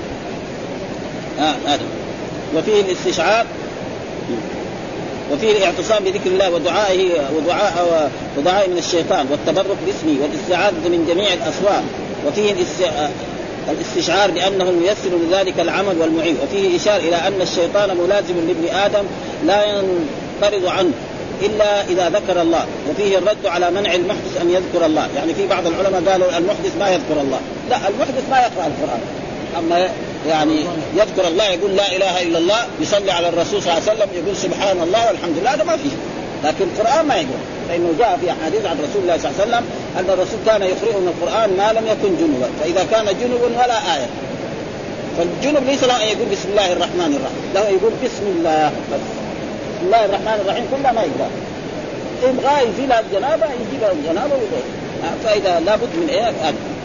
هذا وفيه الاستشعار، وفيه الاعتصام بذكر الله ودعائه ودعاء من الشيطان والتبرك باسمه والاستعاذة من جميع الأسواء. وفيه الاستشعار بأنه الميسر لذلك العمل والمعين. وفيه إشارة إلى أن الشيطان ملازم لابن آدم لا ينقرض عنه إلا إذا ذكر الله. وفيه الرد على منع المحدث أن يذكر الله. يعني في بعض العلماء قالوا المحدث ما يذكر الله، لا، المحدث ما يقرأ القرآن، أما يعني يذكر الله يقول لا إله إلا الله، يصلي على الرسول صلى الله عليه وسلم، يقول سبحان الله والحمد لله، هذا ما فيه. لكن القرآن ما يقرأ، فإنه جاء في أحاديث عن رسول الله صلى الله عليه وسلم أن الرسول كان يقرأ القرآن ما لم يكن جنبا، فإذا كان جنبا ولا آية. فالجنب ليس له أن يقول بسم الله الرحمن الرحيم، له يقول بسم الله بس. بسم الله الرحمن الرحيم كلها ما يقرأ. إبغاء يزيل الجنابة يجيب الجنابة ويقول. فإذا لابد من إيه؟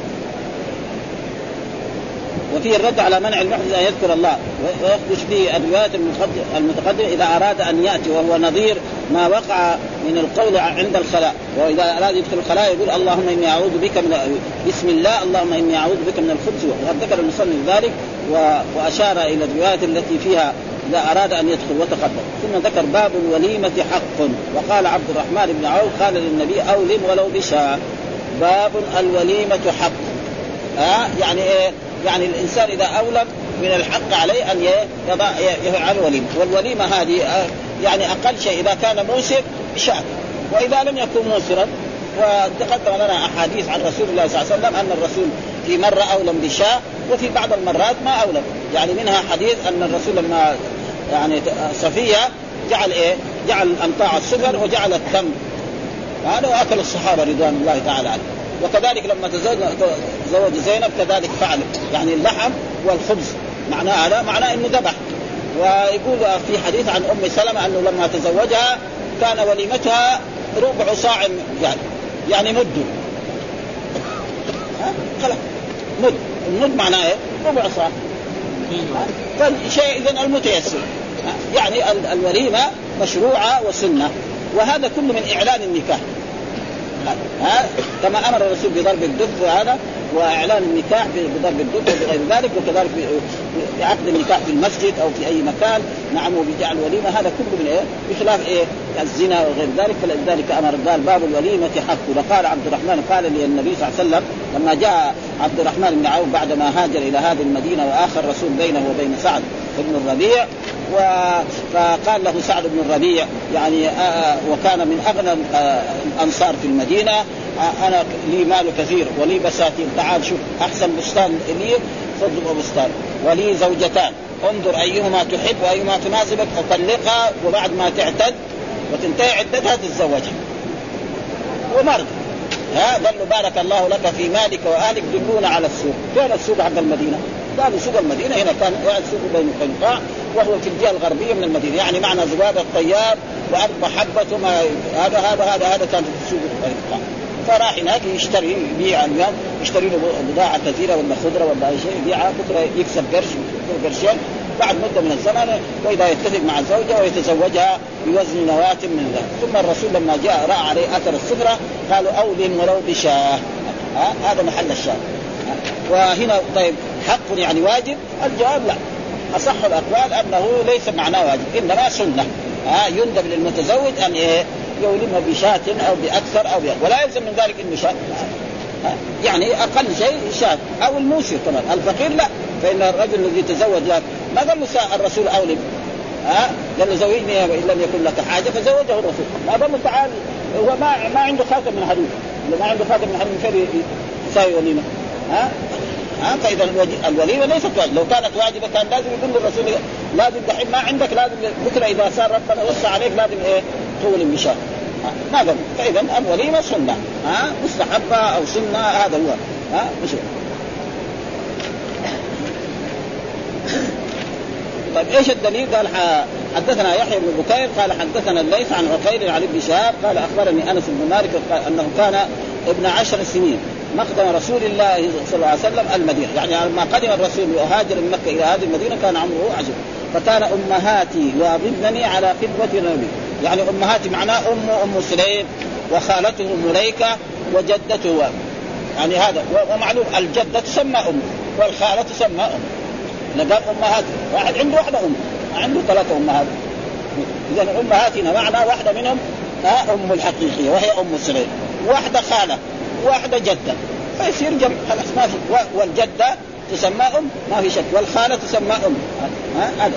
وفيه الرد على منع المحدث أن يذكر الله، ويخرج فيه الروايات المتقدمة إذا أراد أن يأتي، وهو نظير ما وقع من القول عند الخلاء. وإذا أراد يدخل الخلاء يقول اللهم إني أعوذ بك من بسم الله اللهم إني أعوذ بك من الخبث. وقد ذكر المصنف ذلك وأشار إلى الروايات التي فيها إذا أراد أن يدخل وتقدم. ثم ذكر باب الوليمة حق. وقال عبد الرحمن بن عوف قال للنبي أولم ولو بشاء. باب الوليمة حق. يعني إيه؟ يعني الإنسان إذا أولم من الحق عليه أن يفعل وليمة. والوليمة هذه يعني أقل شيء إذا كان موسر شاء، وإذا لم يكن موسرا. وتقدم لنا أحاديث عن رسول الله صلى الله عليه وسلم أن الرسول في مرة أولم بشاء، وفي بعض المرات ما أولم. يعني منها حديث أن الرسول لما يعني صفية جعل أمطاع السكر وجعل التمر، هذا وأكل الصحابة رضوان الله تعالى عنهم. وكذلك لما تزوج زينب كذلك فعل، يعني اللحم والخبز معناه انه ذبح. ويقول في حديث عن ام سلمة انه لما تزوجها كان وليمتها ربع صاع، يعني مد. خلاص مد، المد معناه ايه؟ ربع صاع. فالشيء اذن المتيسر، يعني الوليمة مشروعة وسنة. وهذا كله من اعلان النكاح، كما أمر الرسول بضرب الدف وهذا، وإعلان النكاح بضرب الدف وغير ذلك، وكذلك بعقد النكاح في المسجد أو في أي مكان. نعم، وبجعل وليمة، هذا كله من إيه؟ بخلاف إيه؟ الزنا وغير ذلك. فلذلك أمر قال باب الوليمة حق. وقال عبد الرحمن قال لي النبي صلى الله عليه وسلم لما جاء عبد الرحمن بن عوف بعد ما هاجر إلى هذه المدينة وآخر الرسول بينه وبين سعد بن الربيع، فقال له سعد بن الربيع يعني وكان من أغنى الأنصار في المدينة، أنا لي مال كثير ولي بساتين، تعال شوف أحسن بستان لي خذ بستان، ولي زوجتان، انظر أيهما تحب وأيهما تناسبك أطلقها، وبعد ما تعتد وتنتهي عدتها تتزوجها. ومرض قال له بارك الله لك في مالك وأهلك، دلونا على السوق. كان السوق عند المدينة، قالوا سوق المدينة هنا كان سوق بين القنقاع، وهو في الجهة الغربية من المدينة، يعني معنى زباد الطيار وأرض حبة ما هذا كان في السوق القنقاع. فراح هناك يشتري يبيع اليوم، يشتري له بضاعة كثيرة ولا خضرة ولا أي شيء يبيعها، بكرة يكسب قرشين بعد مدة من الزمن، وإذا يتفق مع الزوجة ويتزوجها بوزن نواة من ذلك. ثم الرسول لما جاء رأى عليه أثر السفرة قالوا أولم ولو بشاه. هذا محل الشاهد. وهنا طيب حق يعني واجب؟ الجواب لا، أصح الأقوال أنه ليس معناه واجب، إنما سنة. يندب للمتزوج أن يولم بشاة أو بأكثر أو ولا يلزم من ذلك إنه شاة، يعني أقل شيء شاة أو الموسر كمان. الفقير لا، فإن الرجل الذي تزوج ما قال له الرسول أولم، قال له زوجني إن لم يكن لك حاجة، فزوجه الرسول. ما قال له تعال، هو ما عنده خاتم من حديد، ما عنده خاتم من حديد فين يساوي وليمة؟ فإذا الوليمة ليست واجبة. لو كانت واجبة كان لازم يقول للرسول لازم دحين ما عندك، لازم بكرة إذا صار ربنا وصى عليك لازم تولم بشاة. ما قبل. فإذا الوليمة سنة مستحبة أو سنة، هذا هو مش. طيب ايش الدليل؟ قال حدثنا يحيى بن بكير قال حدثنا الليث عن عقيل عن ابن شهاب قال اخبرني انس بن مالك انه كان ابن 10 سنين مقدم رسول الله صلى الله عليه وسلم المدينه، يعني لما قدم الرسول وهاجر من مكه الى هذه المدينه كان عمره 10. فكان امهاتي يضبنني على خدمه النبي، يعني امهاتي معناه ام سليم وخالته مليكه وجدته، يعني هذا. ومعلوم الجده تسمى ام والخاله تسمى ام. لقال أمهات، واحد عنده واحدة عنده 3 أمهات. إذن أمهاتنا معنى واحدة منهم أم الحقيقية وهي أم سليم، واحدة خالة، واحدة جدة، فيصير جمع خلاص ما في. والجدة تسمى ما في شك، والخالة تسمى هذا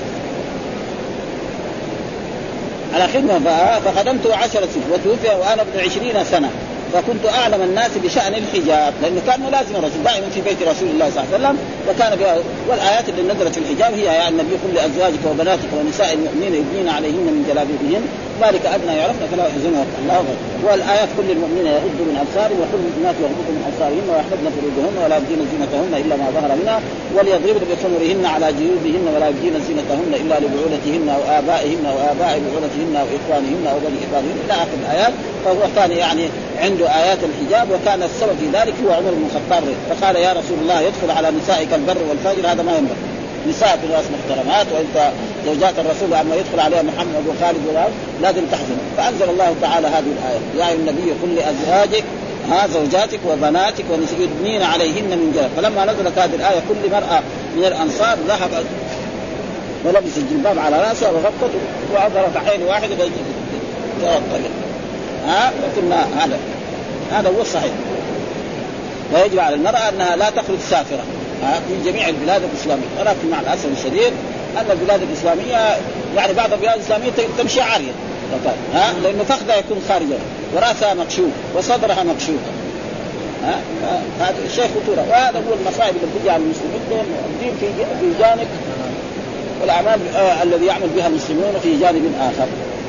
على خدمة. فخدمت 10 سنين وتوفي وأنا ابن 20 سنة، فكنت أعلم الناس بشأن الحجاب، لأنه كان ملازم الرسول دائما في بيت رسول الله صلى الله عليه وسلم، وكان بها. والآيات اللي نزلت في الحجاب هي يا النبي قل لأزواجك وبناتك ونساء المؤمنين يدنين عليهن من جلابيبهن ذلك أدنى يعرفن فلا يحزنها الله غير. والآيات كل المؤمنين يغضوا من أبصارهم وكل المؤمنات يغضوا من أبصارهن ويحفظن فروجهن ولا يبدين زينتهن إلا ما ظهر منها وليضربن بخمرهن على جيوبهن ولا يبدين زينتهن إلا لبعولتهن أو آبائهن أو آباء بعولتهن أو إخوانهن أو بني إخوانهن إلى آخر الآيات. فهو كان يعني عنده آيات الحجاب، وكان السبب في ذلك هو عمر بن الخطاب. فقال يا رسول الله يدخل على نسائك البر والفاجر، هذا ما ينبغي. نساء في الناس محترمات، وانت زوجات الرسول اما يدخل عليها محمد وخالد وغيره لازم تحزن. فانزل الله تعالى هذه الايه يا ايها النبي قل لازواجك زوجاتك وبناتك ونساء يدنين عليهن من جلاب. فلما نزلت هذه الايه كل مرأة من الانصار ذهبت ولبس الجلباب على راسها وغطت واظهرت عين واحده الطريق. وكنا هذا هو الصحيح. ويجب على المرأة أنها لا تخرج سافرة في جميع البلاد الإسلامية، ولكن مع الأسف الشديد أن البلاد الإسلامية يعني بعض البلاد الإسلامية تمشي عارية، لأنه فخذها يكون خارجة ورأسها مكشوف وصدرها مكشوف. هذا الشيء خطورة، وهذا هو المصائب اللي بتجي على المسلمين. الدين في جانب والأعمال الذي يعمل بها المسلمون في جانب آخر.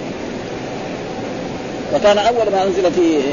وكان أول ما أنزل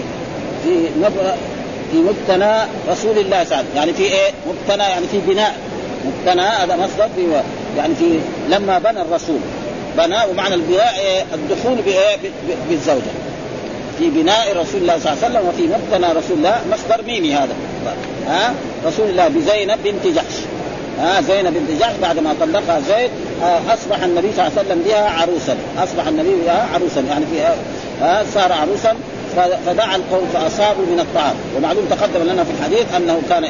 في مبتنى رسول الله صلى الله عليه وسلم، يعني في إيه مبتنى يعني في بناء. مبتنى هذا مصدر في يعني في لما بنى الرسول بنى، ومعنى البناء الدخول بالزوجة في بناء رسول الله صلى الله عليه وسلم. وفي مبتنى رسول الله مصدر ميمي هذا رسول الله بزينب بنت جحش. زينب بنت جحش بعد ما طلقها زيد أصبح النبي صلى الله عليه وسلم بها عروسا، أصبح النبي بها عروسا يعني فيها صار عروسا. فدعا القوم فأصابوا من الطعام. ومعلوم تقدم لنا في الحديث أنه كان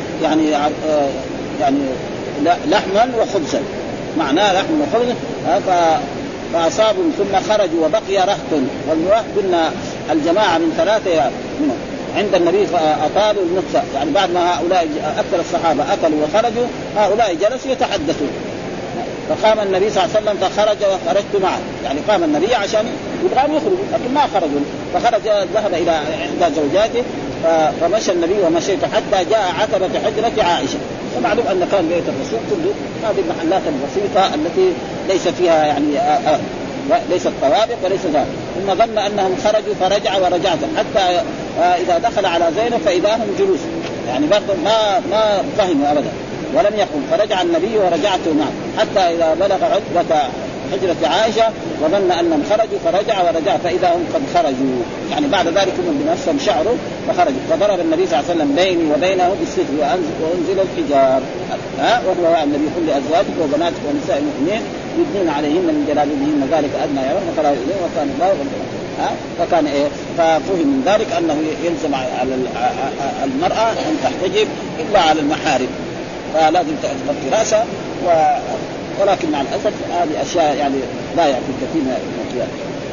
يعني لحما وخبزا، معناه لحم وخبز. فأصابوا ثم خرجوا وبقي رهط، والرهط قلنا الجماعة من 3 منهم عند النبي فأطالوا النطفة، يعني بعد ما هؤلاء أكثر الصحابة أكلوا وخرجوا هؤلاء جلسوا يتحدثون. فقام النبي صلى الله عليه وسلم فخرج وخرجت معه، يعني قام النبي عشان يبغى يخرجوا لكن ما خرجوا. فخرج ذهب إلى إحدى زوجاته فمشى النبي ومشيت حتى جاء عتبة حجرة عائشة. فمعلوم أن كان بيت الرسول كله هذه المحلات البسيطة التي ليس فيها يعني ليست طوابق وليس ذلك. ثم ظن أنهم خرجوا فرجع ورجعت حتى إذا دخل على زينب فإذا هم جلوس، يعني برضه ما فهموا أبدا ولم يقم. فرجع النبي ورجعته معه حتى إذا بلغ عتبة حجرة عائشة وظن أنهم خرجوا فرجع ورجع فإذا هم قد خرجوا، يعني بعد ذلك هم بنفسهم شعروا فخرجوا. فضرب النبي صلى الله عليه وسلم بيني وبينه بالسيف وأنزل الحجاب. وهو النبي كل أزواجك وبناتك ونساء المؤمنين يدنين عليهن من جلابيبهن ذلك أدنى يعرفن فلا يؤذين وكان الله غفورا. فكان ففهم من ذلك أنه يلزم على المرأة أن تحتجب إلا على المحارم، فلازم تغطي رأسها ولكن مع الأسف هذه أشياء يعني لا يأتي كثير من الأشياء.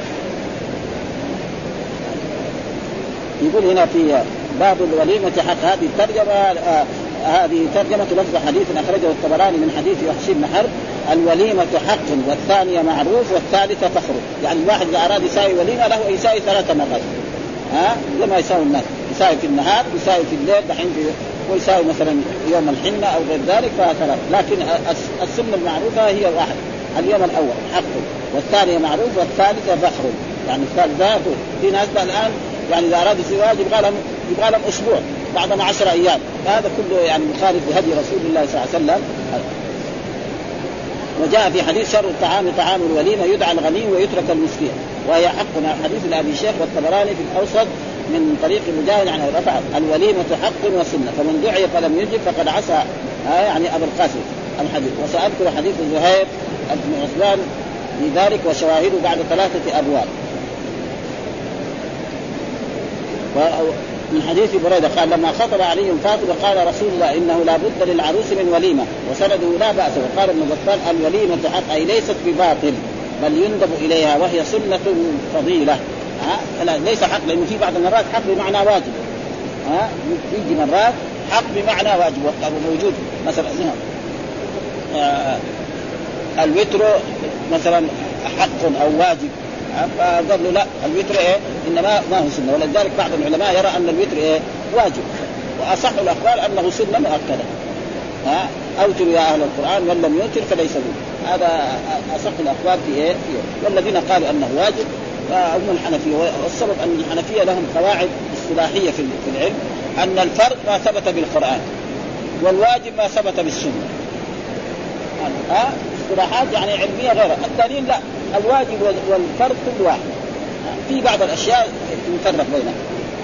يقول هنا في باب الوليمة حق. هذه الترجمة هذه ترجمة لفظ حديث أخرجه الطبراني من حديث وحش بن حرب الوليمة حق والثانية معروف والثالثة فخر. يعني الواحد إذا أراد يساوي وليمة له يساوي 3 مرات لما يساوي الناس، يساوي في النهار يساوي في الليل دحين ويساوي مثلا يوم الحنة أو غير ذلك فثلاث. لكن السنة المعروفة هي واحد، اليوم الأول حق والثانية معروف والثالثة فخر. يعني ذاته. في ناس الآن يعني إذا أرادوا الزواج يبغى لهم أسبوع بعد 10 أيام، هذا كله يعني مخالف لهدي رسول الله صلى الله عليه وسلم. وجاء في حديث شر الطعام طعام الوليمة يدعى الغني ويترك المسكين، وهي حقنا حديث لأبي شيخ والطبراني في الأوسط من طريق مجاهد عن رفع الوليمة حق وسنة، فمن دعي فلم يجب فقد عصى يعني أبو القاسم الحديث. وسأذكر حديث زهير بن عثمان لذلك وشواهده بعد 3 أبواب. من حديث بريدة قال لما خطب علي فاطمة قال رسول الله إنه لا بد للعروس من وليمة، وسنده لا بأس. وقال ابن بطال الوليمة حق أي ليست بباطل بل يندب إليها وهي سنة فضيلة. ليس حق، لأنه في بعض المرات حق بمعنى واجب، يجي مرات حق بمعنى واجب موجود. مثلا الوتر مثلا حق أو واجب، فقال له لا الوتر إنما ما هو سنة. ولذلك بعض العلماء يرى أن الوتر واجب، وأصح الأقوال أنه سنة مؤكدة. أوتروا يا أهل القرآن من لم يوتر فليس له، هذا أصح الأقوال فيه. والذين قالوا أنه واجب هم الحنفية، والسبب أن الحنفية لهم قواعد اصطلاحية في العلم، أن الفرض ما ثبت بالقرآن والواجب ما ثبت بالسنة. اصطلاحات يعني علمية غيرها. الدليل لا، الواجب والفرض كل واحد، في بعض الأشياء يفرق بينها.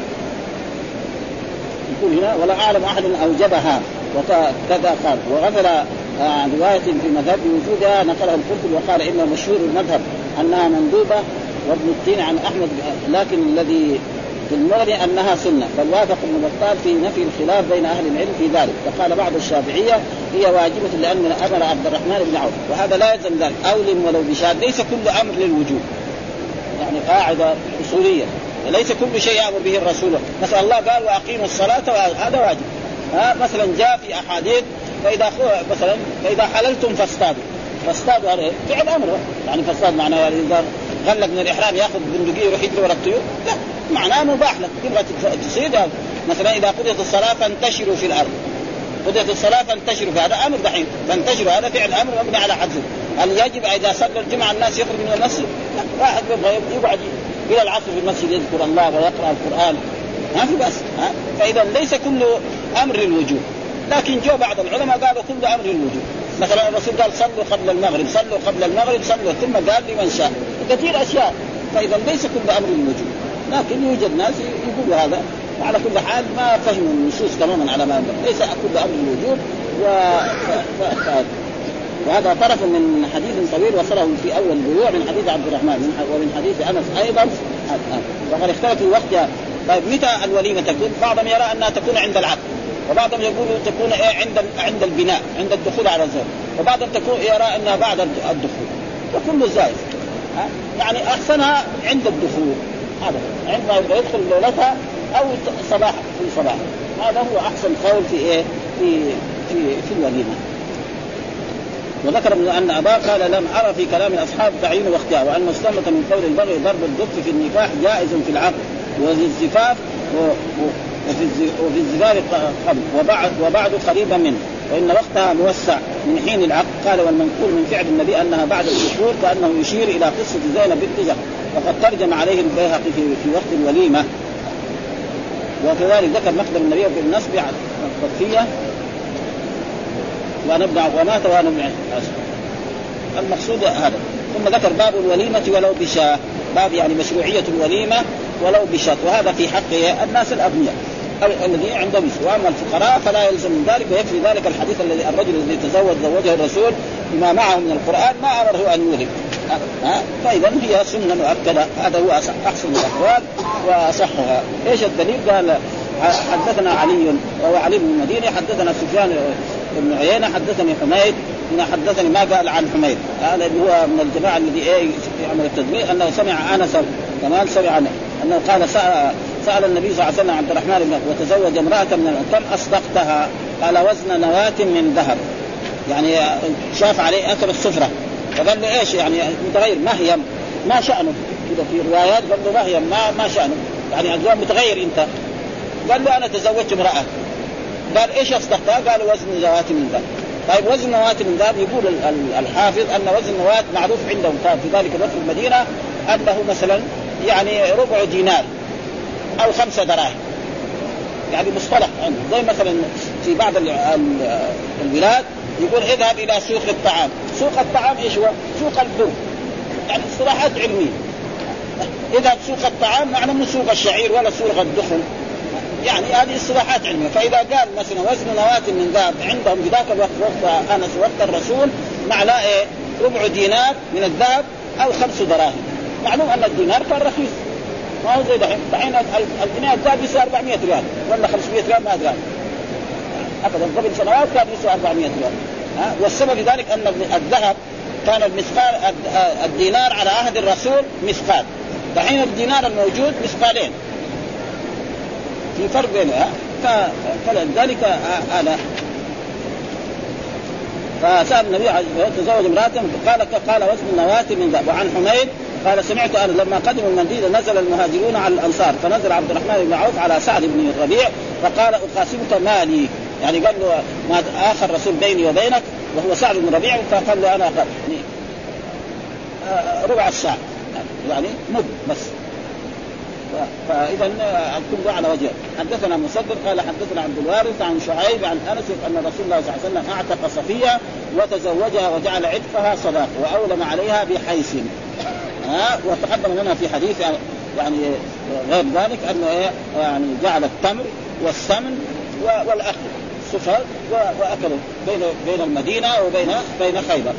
يقول هنا ولا أعلم أحد أوجبها وكذا قال. وغفل عن رواية في مذهب وجودها نقله القرطبي وقال إنه مشهور المذهب أنها مندوبة، وابن التين عن أحمد، لكن الذي في المغني أنها سنة. فالوافق ابن بطال في نفي الخلاف بين أهل العلم في ذلك. فقال بعض الشافعية هي واجبة لأن أمر عبد الرحمن بن عوف، وهذا لا يلزم ذلك. أول ولو بشاد، ليس كل أمر للوجوب، يعني قاعدة أصولية، ليس كل شيء يأمر به الرسول. مثلا الله قال وأقيموا الصلاة، هذا واجب. مثلا جاء في أحاديث فإذا حللتم فاصطادوا هذا فعل أمر، يعني فاصطاد معناه يعني إذا غلق من الإحرام يأخذ بندقية يروح يجري ورا الطيور، لا معناه مباح لك تبغى تصيد. مثلا إذا قضيت الصلاة فانتشروا في الأرض، قضيت الصلاة فانتشروا، هذا أمر دحين فانتشروا، هذا فعل أمر مبني على حدث. هل يجب إذا صلى الجمعة الناس يخرج من المسجد؟ لا، واحد يبغى يقعد إلى العصر في المسجد يذكر الله ويقرأ القرآن، ما في بس. فإذا ليس كل أمر للوجوب، لكن جو بعض العلماء قالوا كل أمر للوجوب. مثلا الرسول قال صلوا قبل المغرب، صلوا قبل المغرب، صلوا، ثم قال لمن شاء، كثير أشياء. فإذا ليس كل أمر للوجوب، لكن يوجد ناس يقولوا هذا. وعلى كل حال ما فهموا النصوص تماما على ما ليس كل أمر للوجوب. وهذا طرف من حديث طويل وصله في أول البيوع من حديث عبد الرحمن ومن حديث أنس أيضا. وقد اختلف الوقت. طيب متى الوليمة تكون؟ بعضهم يرى أنها تكون عند العقد، وبعضهم يقولوا تكون عند البناء، عند الدخول على الزوج، وبعضهم يرى أنها بعد الدخول، وكل زائد. يعني أحسنها عند الدخول، هذا عندما يدخل ليلتها أو صباح في صباح، هذا هو أحسن قول في الوليمة. وذكر أن أباه قال لم أرى في كلام الأصحاب تعيين واختيار، وأن مستمت من قول البغي ضرب الدف في النكاح جائز في العقد وفي الزفاف وفي الزفاف قبل وبعد قريبا منه، وإن وقتها موسع من حين العقد. قال والمنقول من فعل النبي أنها بعد الدخول، كأنه يشير إلى قصة زينب بنت جحش، وقد ترجم عليه البيهقي في وقت الوليمة. وكذلك ذكر مقدم النبي في النصب على الطفية ومات وأنا ابن عشر. المقصود هذا. ثم ذكر باب الوليمة ولو بشاة، باب يعني مشروعية الوليمة ولو بشاة، وهذا في حق الناس الأغنياء الذي عندهم، وأما الفقراء فلا يلزم من ذلك. ويكفي ذلك الحديث الذي الرجل الذي زوجه الرسول بما معه من القرآن ما أمره أن يولد. فإذا هي سنة مؤكدة، هذا هو أحسن الأقوال وأصحها. إيش الدليل؟ قال حدثنا علي وهو علي بن المديني، حدثنا سفيان بن عيينة، حدثني حميد، حدثني ما قال عن حميد، هذا هو من الجماعة الذي يعمل التدبير، أنه سمع أنس كمان سمع عنه أنه قال سأل النبي صلى الله عليه وسلم عبد الرحمن بن وتزوج امرأة من كم أصدقتها؟ قال وزن نواة من ذهب، يعني شاف عليه أثر الصفرة، فقال له إيش يعني متغير مهيم ما شأنه، إذا في روايات قال له مهيم ما شأنه، يعني أجواب متغير أنت. قال له أنا تزوجت امرأة. قال إيش أصدقتها؟ قال وزن نواة من ذهب. طيب وزن نواة من ذهب، يقول الحافظ أن وزن نواة معروف عندهم في ذلك الوقت في المدينة أنه مثلا يعني ربع دينار أو 5 دراهم، يعني مصطلح عنده. زي مثلا في بعض البلاد يقول اذهب إلى سوق الطعام. سوق الطعام إيش هو؟ سوق البر، يعني اصطلاحات علمية. اذهب سوق الطعام معنى من سوق الشعير ولا سوق الدخن، يعني هذه اصطلاحات علمية. فإذا قال مثلا وزن نواة من ذهب عندهم في ذاك الوقت وقت أنس وقت الرسول معناه إيه؟ ربع دينار من الذهب أو 5 دراهم. معلوم أن الدينار كان رخيص، ما هو زي دحين الدينار الذهب يسوى 400 ريال ولا 500 ريال، ما أدري أبدا. قبل سنوات كان يسوى 400 ريال. والسبب في ذلك أن الذهب كان المثقال الدينار على عهد الرسول مثقال، دحين الدينار الموجود مثقالين، في فرق بينها. فلذلك فسأل النبي تزوج امرأة قال وزن النواة من ذهب. وعن حميد قال سمعت أنا لما قدموا المدينة نزل المهاجرون على الأنصار، فنزل عبد الرحمن بن عوف على سعد بن الربيع فقال أقاسمك مالي، يعني قال له ما آخر رسول بيني وبينك، وهو سعد بن الربيع. فقال له أنا ربع الساعة، يعني مد بس. فإذا كله على وجه. حدثنا مسدد قال حدثنا عبد الوارث عن شعيب عن أنس أن رسول الله صلى الله عليه وسلم أعتق صفية وتزوجها وجعل عتقها صداق وأولم عليها بحيث. وتقدم لنا في حديث يعني غير ذلك أنه يعني جعل التمر والسمن والأكل سفر وأكله بين المدينة وبين خيبر.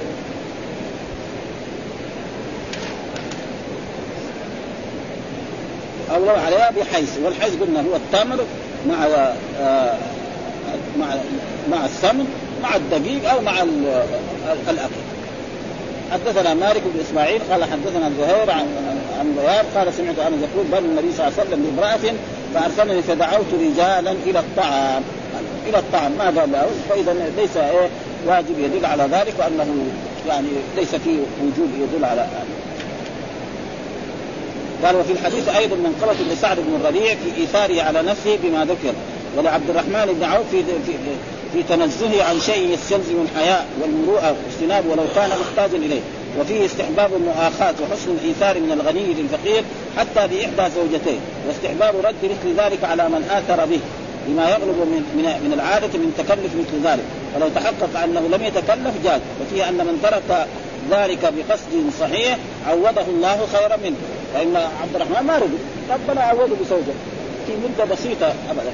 أولو عليها بحيث، والحيث قلنا هو التمر مع السمن مع الدقيق أو مع الأكل. حدثنا مالك بن إسماعيل قال حدثنا زهير عن بيار قال سمعت أنا يقول بل النبي صلى الله عليه وسلم بامرأة فأرسلني فدعوت رجالا إلى الطعام ما قال له. فإذا ليس واجب يدل على ذلك، وأنه يعني ليس فيه وجوب يدل على قال. وفي الحديث أيضا منقبة لسعد بن الربيع في إيثاره على نفسه بما ذكر، ولعبد الرحمن بن عوف في تنزهه عن شيء يستلزم الحياء والمروءة واجتناب ولو كان محتاجا إليه. وفيه استحباب المؤاخاة وحسن الإيثار من الغني للفقير حتى بإحدى زوجتين، واستحباب رد مثل ذلك على من آثر به لما يغلب من العادة من تكلف مثل ذلك، ولو تحقق أنه لم يتكلف جاز. وفيه أن من ترك ذلك بقصد صحيح عوضه الله خيرا منه، فإن عبد الرحمن ما رضي ربنا عوضه بزوجة في مدة بسيطة أبدا.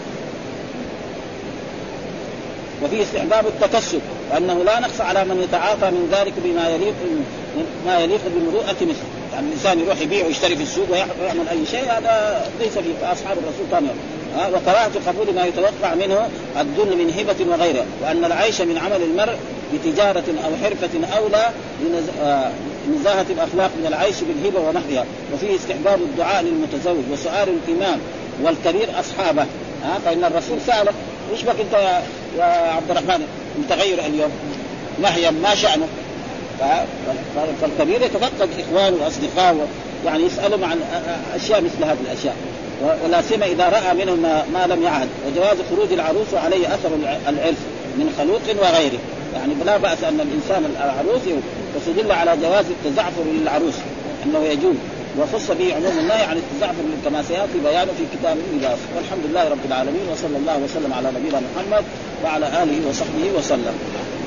وفيه استحباب التكسب، وأنه لا نقص على من يتعاطى من ذلك بما يليق بمروءة مثله. يعني الإنسان يروح يبيع ويشتري في السوق ويعمل أي شيء، هذا ليس في أصحاب الرسول كان يعمل. وكراهة قبول ما يتوقع منه الذل من هبة وغيرها، وأن العيش من عمل المرء بتجارة أو حرفة أولى لنزاهة الأخلاق من العيش بالهبة ونحوها. وفيه استحباب الدعاء للمتزوج وسؤال الإمام والكبير أصحابه. فإن الرسول سأله إيش بك أنت يا عبد الرحمن متغير اليوم ما شأنه؟ فالكبير يتفقد إخوانه وأصدقائه، يعني يسألهم عن أشياء مثل هذه الأشياء، ولا سيما إذا رأى منهم ما لم يعهد. وجواز خروج العروس وعليه أثر العرس من خلوق وغيره، يعني لا بأس أن الإنسان العروس تدل على جواز التزعفر للعروس أنه يجوز، وخص به عموم النهي عن التزعفر كما سيأتي بيانه في كتاب اللباس. والحمد لله رب العالمين، وصلى الله وسلم على نبينا محمد وعلى آله وصحبه وسلم.